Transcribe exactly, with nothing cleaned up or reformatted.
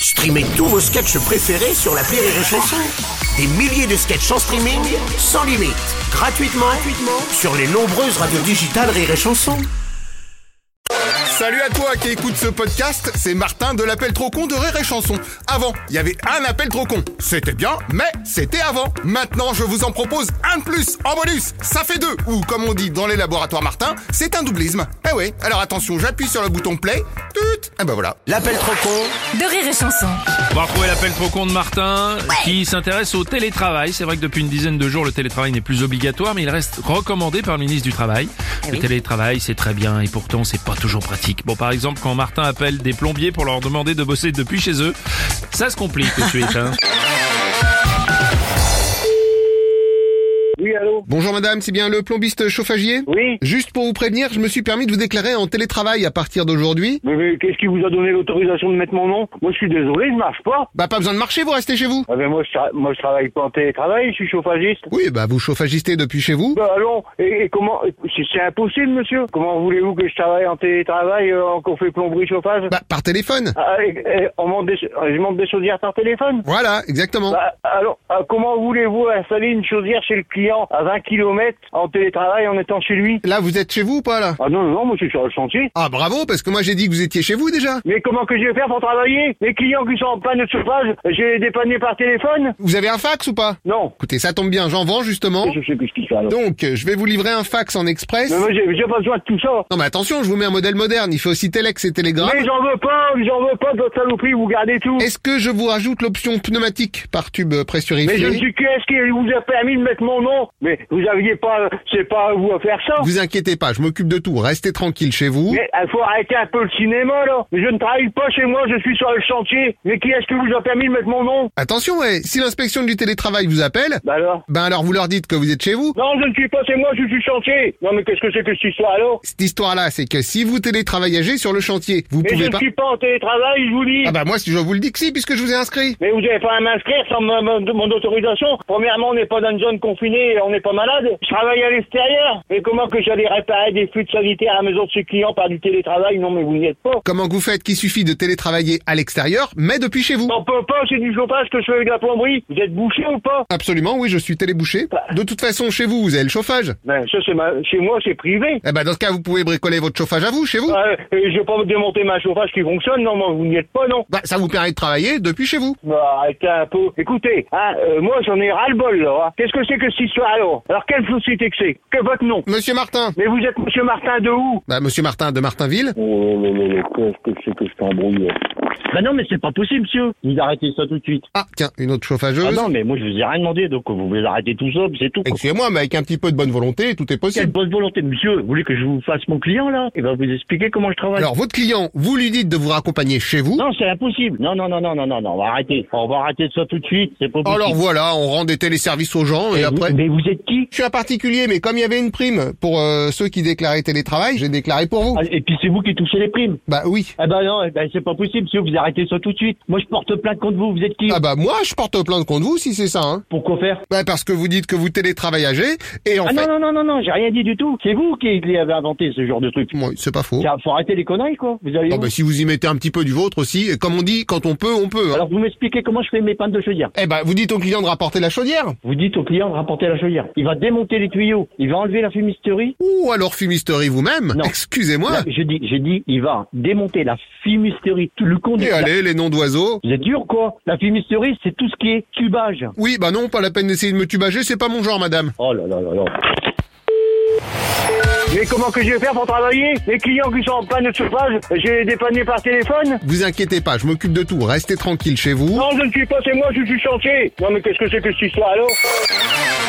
Streamez tous vos sketchs préférés sur l'appli Rire et Chanson. Des milliers de sketchs en streaming, sans limite, gratuitement, gratuitement sur les nombreuses radios digitales Rire et Chanson. Salut à toi qui écoute ce podcast, c'est Martin de l'appel trop con de Rire et Chanson. Avant, il y avait un appel trop con. C'était bien, mais c'était avant. Maintenant, je vous en propose un de plus, en bonus. Ça fait deux, ou comme on dit dans les laboratoires Martin, c'est un doublisme. Eh ouais, alors attention, j'appuie sur le bouton play. Tut, et ben voilà. L'appel trop con de Rire et Chanson. On va retrouver l'appel trop con de Martin, ouais. qui s'intéresse au télétravail. C'est vrai que depuis une dizaine de jours, le télétravail n'est plus obligatoire, mais il reste recommandé par le ministre du Travail. Eh le oui. télétravail, c'est très bien, et pourtant, c'est pas toujours pratique. Bon, par exemple, quand Martin appelle des plombiers pour leur demander de bosser depuis chez eux, ça se complique tout de suite, hein. Oui, allô? Bonjour madame, c'est bien le plombiste chauffagier? Oui? Juste pour vous prévenir, je me suis permis de vous déclarer en télétravail à partir d'aujourd'hui. Mais, mais qu'est-ce qui vous a donné l'autorisation de mettre mon nom? Moi, je suis désolé, je marche pas. Bah pas besoin de marcher, vous restez chez vous. Ah ben moi, je, tra- moi, je travaille pas en télétravail, je suis chauffagiste. Oui, bah vous chauffagistez depuis chez vous. Bah allons, et, et comment... C'est, c'est impossible, monsieur. Comment voulez-vous que je travaille en télétravail, euh, qu'on fait plomberie, chauffage? Bah par téléphone. Ah, et, et, on monte des, je monte des chaudières par téléphone? Voilà, exactement. Bah, alors, ah, comment voulez-vous installer une chaudière chez le client à vingt kilomètres en télétravail en étant chez lui? Là, vous êtes chez vous ou pas là? Ah non, non, non, moi je suis sur le chantier. Ah bravo, parce que moi j'ai dit que vous étiez chez vous déjà. Mais comment que je vais faire pour travailler? Les clients qui sont en panne de chauffage, je vais les dépanner par téléphone? Vous avez un fax ou pas? Non. Écoutez, ça tombe bien, j'en vends justement. Je sais plus ce qu'il fait alors. Donc, euh, je vais vous livrer un fax en express. Mais moi j'ai, j'ai pas besoin de tout ça. Non mais attention, je vous mets un modèle moderne, il fait aussi Telex et Telegram. Mais j'en veux pas, j'en veux pas de votre saloperie, vous gardez tout. Est-ce que je vous rajoute l'option pneumatique par tube pressurifié? Mais je ne suis qu'est-ce qui vous a permis de mettre mon nom? Mais vous aviez pas, c'est pas à vous à faire ça. Vous inquiétez pas, je m'occupe de tout, restez tranquille chez vous. Mais il faut arrêter un peu le cinéma là. Mais je ne travaille pas chez moi, je suis sur le chantier. Mais qui est-ce qui vous a permis de mettre mon nom? Attention, ouais, si l'inspection du télétravail vous appelle, Bah alors? ben alors vous leur dites que vous êtes chez vous. Non, je ne suis pas chez moi, je suis sur le chantier. Non mais qu'est-ce que c'est que cette histoire alors? Cette histoire-là, c'est que si vous télétravaillez sur le chantier, vous Mais je pouvez ne pas... suis pas en télétravail, je vous dis. Ah bah moi, si je vous le dis que si, puisque je vous ai inscrit. Mais vous n'avez pas à m'inscrire sans ma- ma- mon autorisation. Premièrement, on n'est pas dans une zone confinée et on n'est pas malade. Je travaille à l'extérieur. Et comment que j'allais réparer des fuites sanitaires à la maison de chez clients par du télétravail? Non, mais vous n'y êtes pas. Comment que vous faites qu'il suffit de télétravailler à l'extérieur, mais depuis chez vous? On peut pas, c'est du chauffage que je fais avec la plomberie. Vous êtes bouché ou pas? Absolument, oui, je suis télébouché. De toute façon, chez vous, vous avez le chauffage. Ben, ça, c'est ma... chez moi, c'est privé. Eh ben dans ce cas, vous pouvez bricoler votre chauffage à vous, chez vous. Euh, et je vais pas démonter ma chauffage qui fonctionne. Non, moi, vous n'y êtes pas, non. Bah ça vous permet de travailler depuis chez vous. Bah, arrêtez un peu. Écoutez, hein, euh, moi, j'en ai ras-le-bol, là. Hein. Qu'est-ce que c'est que cette histoire, alors? Alors, quelle société que c'est? Que votre nom? Monsieur Martin. Mais vous êtes Monsieur Martin de où? Bah Monsieur Martin de Martinville. Oh là là là, qu'est-ce que c'est que je t'embrouille? Bah non, mais c'est pas possible, monsieur. Vous arrêtez ça tout de suite. Ah, tiens, une autre chauffageuse. Ah non, mais moi, je vous ai rien demandé, donc vous voulez arrêter tout ça, c'est tout. Excusez-moi, mais avec un petit peu de bonne volonté, tout est Quelle possible. bonne volonté, monsieur. Vous voulez que je vous fasse mon client, là? Et ben, vous expliquer comment je travaille. Alors, votre client, vous lui dites de vous raccompagner chez vous. Non, c'est impossible. Non, non, non, non, non, non, non, on va arrêter. On va arrêter ça tout de suite, c'est pas possible. Alors voilà, on rend des téléservices aux gens et Et après... vous- mais vous êtes qui? Je suis un particulier, mais comme il y avait une prime pour euh, ceux qui déclaraient télétravail, j'ai déclaré pour vous. Ah, et puis c'est vous qui touchez les primes. Bah oui. Eh ben non, eh ben c'est pas possible, monsieur, vous arrêtez ça tout de suite. Moi, je porte plainte contre vous, vous êtes qui? Ah bah moi, je porte plainte contre vous si c'est ça, hein. Pourquoi faire? Bah parce que vous dites que vous télétravaillagez et en Ah fait... non, non, non, non, non, j'ai rien dit du tout. C'est vous qui, qui avez inventé ce genre de truc. Moi, c'est pas faux. Tiens, faut arrêter les conneries, quoi. Vous allez Ah où? bah si vous y mettez un petit peu du vôtre aussi, et comme on dit, quand on peut, on peut. Hein. Alors, vous m'expliquez comment je fais mes pannes de chaudière. Eh bah vous dites au client de rapporter la chaudière. Vous dites au client de rapporter la chaudière. Il va démonter les tuyaux. Il va enlever la fumisterie. Ou alors fumisterie vous-même. Non. Excusez-moi. Non, je dis, j'ai dit, il va démonter la fumisterie. Tout le conduit. Et allez, les noms d'oiseaux. Vous êtes dur, quoi. La fumisterie, c'est tout ce qui est tubage. Oui, bah non, pas la peine d'essayer de me tubager, c'est pas mon genre, madame. Oh là là là là. Mais comment que je vais faire pour travailler? Les clients qui sont en panne de chauffage, je vais les dépanner par téléphone? Vous inquiétez pas, je m'occupe de tout, restez tranquille chez vous. Non, je ne suis pas chez moi, je suis chantier. Non, mais qu'est-ce que c'est que cette histoire alors?